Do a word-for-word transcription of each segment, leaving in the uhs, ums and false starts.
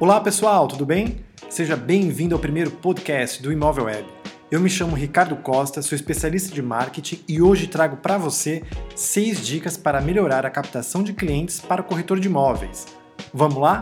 Olá pessoal, tudo bem? Seja bem-vindo ao primeiro podcast do Imóvel Web. Eu me chamo Ricardo Costa, sou especialista de marketing e hoje trago para você seis dicas para melhorar a captação de clientes para o corretor de imóveis. Vamos lá?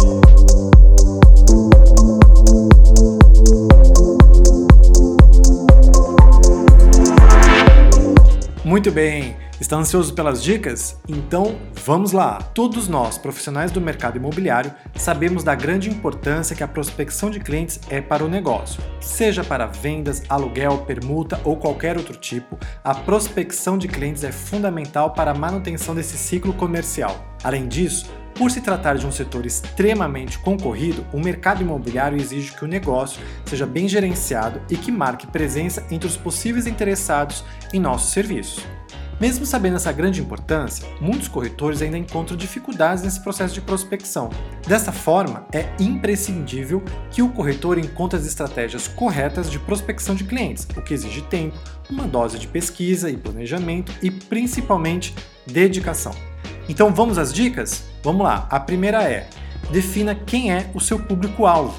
Muito bem! Está ansioso pelas dicas? Então, vamos lá! Todos nós, profissionais do mercado imobiliário, sabemos da grande importância que a prospecção de clientes é para o negócio. Seja para vendas, aluguel, permuta ou qualquer outro tipo, a prospecção de clientes é fundamental para a manutenção desse ciclo comercial. Além disso, por se tratar de um setor extremamente concorrido, o mercado imobiliário exige que o negócio seja bem gerenciado e que marque presença entre os possíveis interessados em nossos serviços. Mesmo sabendo essa grande importância, muitos corretores ainda encontram dificuldades nesse processo de prospecção. Dessa forma, é imprescindível que o corretor encontre as estratégias corretas de prospecção de clientes, o que exige tempo, uma dose de pesquisa e planejamento e, principalmente, dedicação. Então vamos às dicas? Vamos lá! A primeira é: defina quem é o seu público-alvo.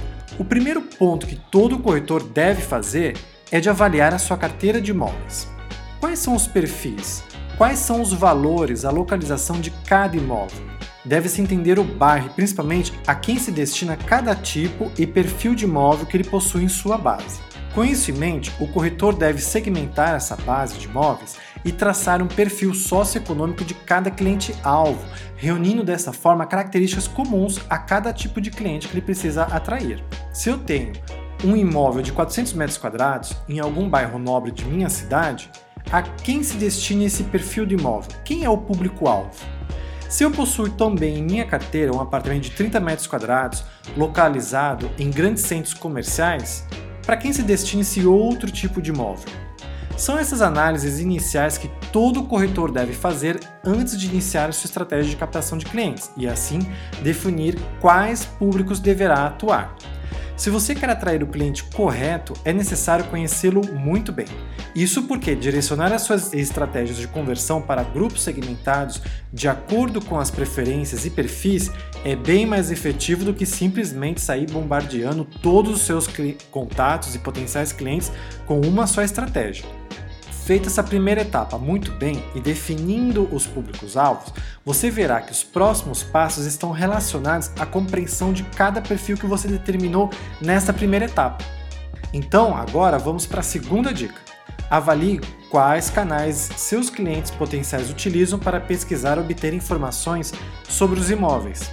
O primeiro ponto que todo corretor deve fazer é de avaliar a sua carteira de imóveis. Quais são os perfis? Quais são os valores, a localização de cada imóvel? Deve-se entender o bairro e principalmente a quem se destina cada tipo e perfil de imóvel que ele possui em sua base. Com isso em mente, o corretor deve segmentar essa base de imóveis e traçar um perfil socioeconômico de cada cliente-alvo, reunindo dessa forma características comuns a cada tipo de cliente que ele precisa atrair. Se eu tenho um imóvel de quatrocentos metros quadrados em algum bairro nobre de minha cidade, a quem se destina esse perfil de imóvel? Quem é o público-alvo? Se eu possuo também em minha carteira um apartamento de trinta metros quadrados localizado em grandes centros comerciais, para quem se destina esse outro tipo de imóvel? São essas análises iniciais que todo corretor deve fazer antes de iniciar a sua estratégia de captação de clientes e, assim, definir quais públicos deverá atuar. Se você quer atrair o cliente correto, é necessário conhecê-lo muito bem. Isso porque direcionar as suas estratégias de conversão para grupos segmentados de acordo com as preferências e perfis é bem mais efetivo do que simplesmente sair bombardeando todos os seus contatos e potenciais clientes com uma só estratégia. Feita essa primeira etapa muito bem e definindo os públicos-alvos, você verá que os próximos passos estão relacionados à compreensão de cada perfil que você determinou nesta primeira etapa. Então, agora vamos para a segunda dica. Avalie quais canais seus clientes potenciais utilizam para pesquisar e obter informações sobre os imóveis.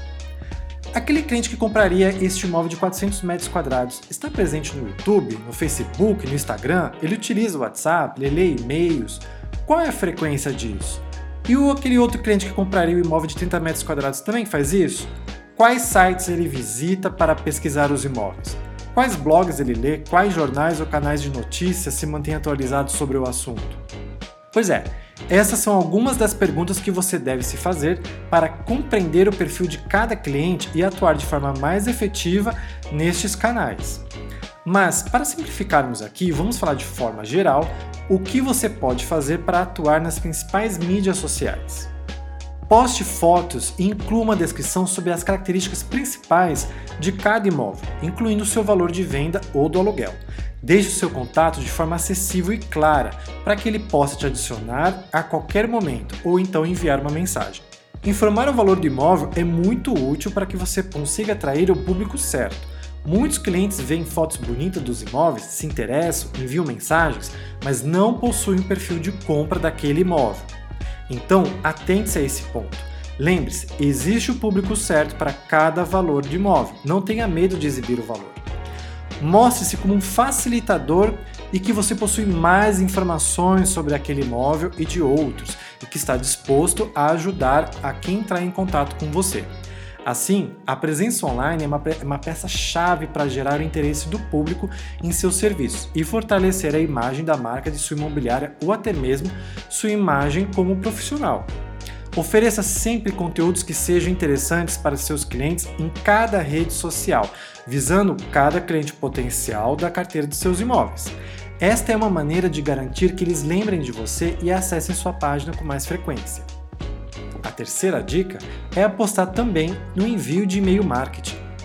Aquele cliente que compraria este imóvel de quatrocentos metros quadrados está presente no YouTube, no Facebook, no Instagram? Ele utiliza o WhatsApp? Ele lê e-mails? Qual é a frequência disso? E o, aquele outro cliente que compraria o imóvel de trinta metros quadrados também faz isso? Quais sites ele visita para pesquisar os imóveis? Quais blogs ele lê? Quais jornais ou canais de notícias se mantém atualizados sobre o assunto? Pois é, essas são algumas das perguntas que você deve se fazer para compreender o perfil de cada cliente e atuar de forma mais efetiva nestes canais. Mas, para simplificarmos aqui, vamos falar de forma geral o que você pode fazer para atuar nas principais mídias sociais. Poste fotos e inclua uma descrição sobre as características principais de cada imóvel, incluindo o seu valor de venda ou do aluguel. Deixe o seu contato de forma acessível e clara, para que ele possa te adicionar a qualquer momento ou então enviar uma mensagem. Informar o valor do imóvel é muito útil para que você consiga atrair o público certo. Muitos clientes veem fotos bonitas dos imóveis, se interessam, enviam mensagens, mas não possuem um perfil de compra daquele imóvel. Então, atente-se a esse ponto. Lembre-se, existe o público certo para cada valor de imóvel. Não tenha medo de exibir o valor. Mostre-se como um facilitador e que você possui mais informações sobre aquele imóvel e de outros, e que está disposto a ajudar a quem entrar em contato com você. Assim, a presença online é uma, uma peça-chave para gerar o interesse do público em seus serviços e fortalecer a imagem da marca de sua imobiliária ou até mesmo sua imagem como profissional. Ofereça sempre conteúdos que sejam interessantes para seus clientes em cada rede social, visando cada cliente potencial da carteira de seus imóveis. Esta é uma maneira de garantir que eles lembrem de você e acessem sua página com mais frequência. A terceira dica é apostar também no envio de e-mail marketing.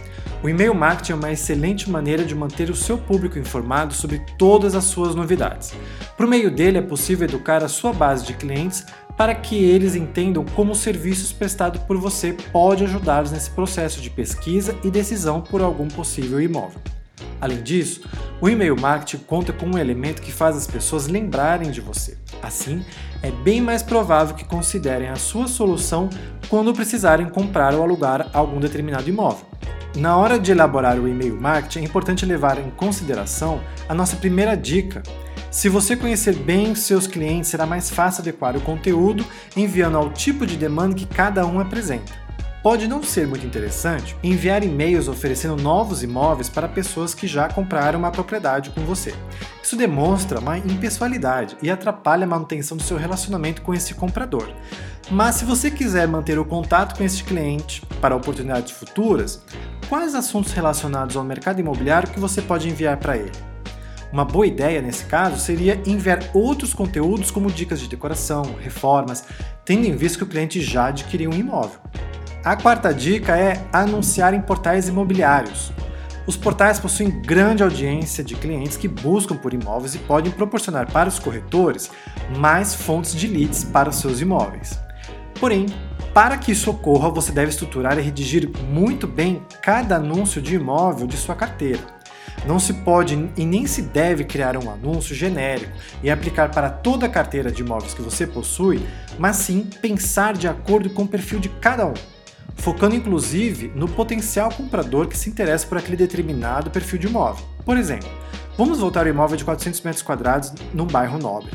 O e-mail marketing é uma excelente maneira de manter o seu público informado sobre todas as suas novidades. Por meio dele é possível educar a sua base de clientes para que eles entendam como os serviços prestados por você pode ajudá-los nesse processo de pesquisa e decisão por algum possível imóvel. Além disso, o e-mail marketing conta com um elemento que faz as pessoas lembrarem de você. Assim, é bem mais provável que considerem a sua solução quando precisarem comprar ou alugar algum determinado imóvel. Na hora de elaborar o e-mail marketing, é importante levar em consideração a nossa primeira dica. Se você conhecer bem os seus clientes, será mais fácil adequar o conteúdo enviando ao tipo de demanda que cada um apresenta. Pode não ser muito interessante enviar e-mails oferecendo novos imóveis para pessoas que já compraram uma propriedade com você. Isso demonstra uma impessoalidade e atrapalha a manutenção do seu relacionamento com esse comprador. Mas se você quiser manter o contato com esse cliente para oportunidades futuras, quais assuntos relacionados ao mercado imobiliário que você pode enviar para ele? Uma boa ideia nesse caso seria enviar outros conteúdos como dicas de decoração, reformas, tendo em vista que o cliente já adquiriu um imóvel. A quarta dica é anunciar em portais imobiliários. Os portais possuem grande audiência de clientes que buscam por imóveis e podem proporcionar para os corretores mais fontes de leads para os seus imóveis. Porém, para que isso ocorra, você deve estruturar e redigir muito bem cada anúncio de imóvel de sua carteira. Não se pode e nem se deve criar um anúncio genérico e aplicar para toda a carteira de imóveis que você possui, mas sim pensar de acordo com o perfil de cada um, focando inclusive no potencial comprador que se interessa por aquele determinado perfil de imóvel. Por exemplo, vamos voltar ao imóvel de quatrocentos metros quadrados num bairro nobre.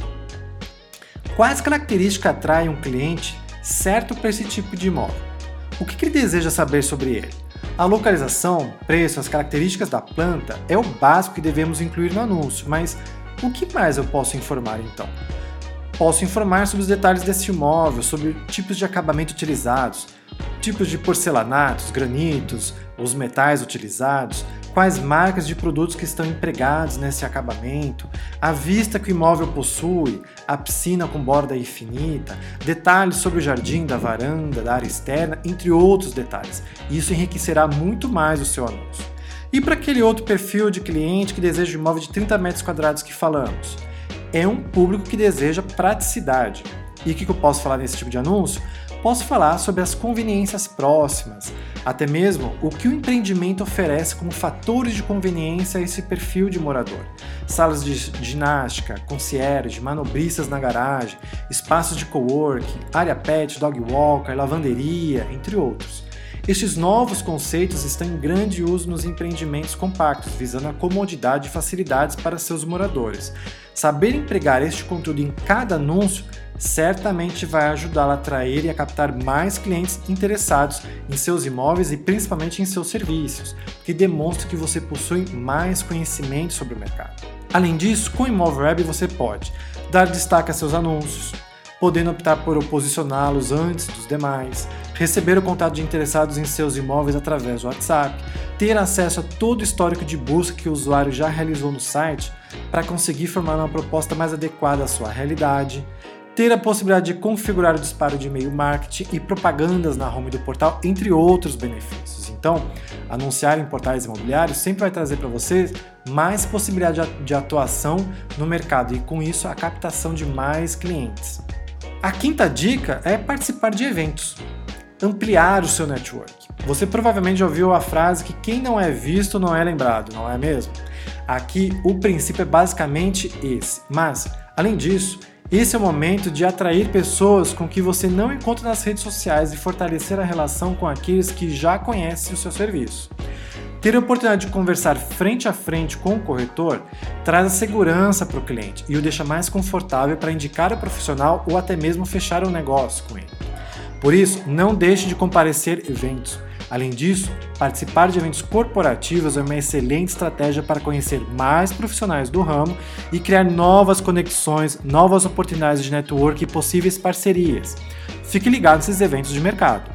Quais características atraem um cliente certo para esse tipo de imóvel? O que ele deseja saber sobre ele? A localização, preço, as características da planta é o básico que devemos incluir no anúncio, mas o que mais eu posso informar então? Posso informar sobre os detalhes desse imóvel, sobre tipos de acabamento utilizados, tipos de porcelanatos, granitos, os metais utilizados, quais marcas de produtos que estão empregados nesse acabamento, a vista que o imóvel possui, a piscina com borda infinita, detalhes sobre o jardim, da varanda, da área externa, entre outros detalhes. Isso enriquecerá muito mais o seu anúncio. E para aquele outro perfil de cliente que deseja um imóvel de trinta metros quadrados que falamos? É um público que deseja praticidade. E o que eu posso falar nesse tipo de anúncio? Posso falar sobre as conveniências próximas, até mesmo o que o empreendimento oferece como fatores de conveniência a esse perfil de morador. Salas de ginástica, concierge, manobristas na garagem, espaços de coworking, área pet, dog walker, lavanderia, entre outros. Estes novos conceitos estão em grande uso nos empreendimentos compactos, visando a comodidade e facilidades para seus moradores. Saber empregar este conteúdo em cada anúncio certamente vai ajudá-la a atrair e a captar mais clientes interessados em seus imóveis e principalmente em seus serviços, que demonstra que você possui mais conhecimento sobre o mercado. Além disso, com o Imóvel Web você pode dar destaque a seus anúncios, podendo optar por posicioná-los antes dos demais, receber o contato de interessados em seus imóveis através do WhatsApp, ter acesso a todo o histórico de busca que o usuário já realizou no site para conseguir formar uma proposta mais adequada à sua realidade, ter a possibilidade de configurar o disparo de e-mail marketing e propagandas na home do portal, entre outros benefícios. Então, anunciar em portais imobiliários sempre vai trazer para você mais possibilidade de atuação no mercado e, com isso, a captação de mais clientes. A quinta dica é participar de eventos, ampliar o seu network. Você provavelmente já ouviu a frase que quem não é visto não é lembrado, não é mesmo? Aqui o princípio é basicamente esse, mas, além disso, esse é o momento de atrair pessoas com que você não encontra nas redes sociais e fortalecer a relação com aqueles que já conhecem o seu serviço. Ter a oportunidade de conversar frente a frente com o corretor traz a segurança para o cliente e o deixa mais confortável para indicar o profissional ou até mesmo fechar um negócio com ele. Por isso, não deixe de comparecer a eventos. Além disso, participar de eventos corporativos é uma excelente estratégia para conhecer mais profissionais do ramo e criar novas conexões, novas oportunidades de network e possíveis parcerias. Fique ligado nesses eventos de mercado.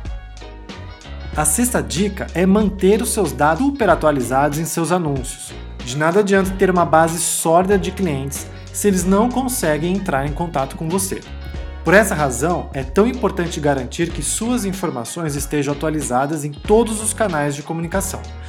A sexta dica é manter os seus dados super atualizados em seus anúncios. De nada adianta ter uma base sólida de clientes se eles não conseguem entrar em contato com você. Por essa razão, é tão importante garantir que suas informações estejam atualizadas em todos os canais de comunicação.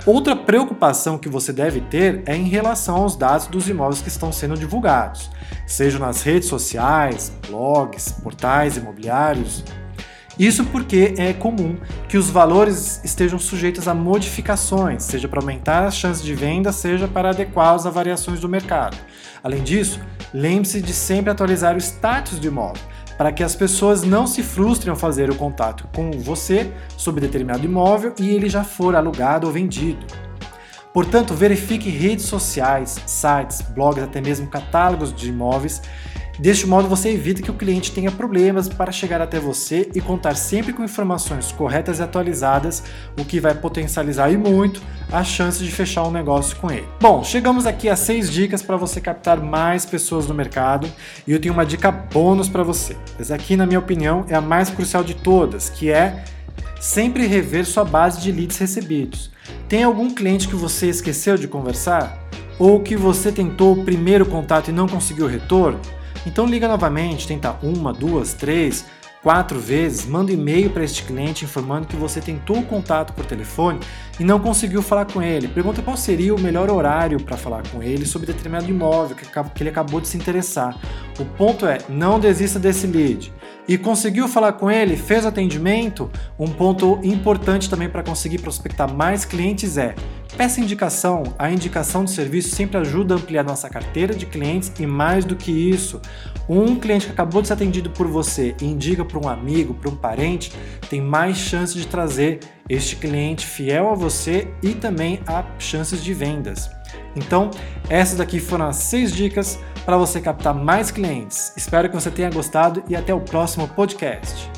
Outra preocupação que você deve ter é em relação aos dados dos imóveis que estão sendo divulgados, seja nas redes sociais, blogs, portais imobiliários. Isso porque é comum que os valores estejam sujeitos a modificações, seja para aumentar as chances de venda, seja para adequá-los a variações do mercado. Além disso, lembre-se de sempre atualizar o status do imóvel, para que as pessoas não se frustrem ao fazer o contato com você sobre determinado imóvel e ele já for alugado ou vendido. Portanto, verifique redes sociais, sites, blogs, até mesmo catálogos de imóveis. Deste modo, você evita que o cliente tenha problemas para chegar até você e contar sempre com informações corretas e atualizadas, o que vai potencializar e muito a chance de fechar um negócio com ele. Bom, chegamos aqui a seis dicas para você captar mais pessoas no mercado e eu tenho uma dica bônus para você. Essa aqui, na minha opinião, é a mais crucial de todas, que é sempre rever sua base de leads recebidos. Tem algum cliente que você esqueceu de conversar? Ou que você tentou o primeiro contato e não conseguiu retorno? Então liga novamente, tenta uma, duas, três, quatro vezes, manda e-mail para este cliente informando que você tentou o contato por telefone e não conseguiu falar com ele. Pergunta qual seria o melhor horário para falar com ele sobre determinado imóvel que ele acabou de se interessar. O ponto é, não desista desse lead. E conseguiu falar com ele, fez o atendimento? Um ponto importante também para conseguir prospectar mais clientes é peça indicação. A indicação de serviço sempre ajuda a ampliar nossa carteira de clientes e mais do que isso, um cliente que acabou de ser atendido por você e indica para um amigo, para um parente, tem mais chance de trazer este cliente fiel a você e também há chances de vendas. Então, essas daqui foram as seis dicas para você captar mais clientes. Espero que você tenha gostado e até o próximo podcast.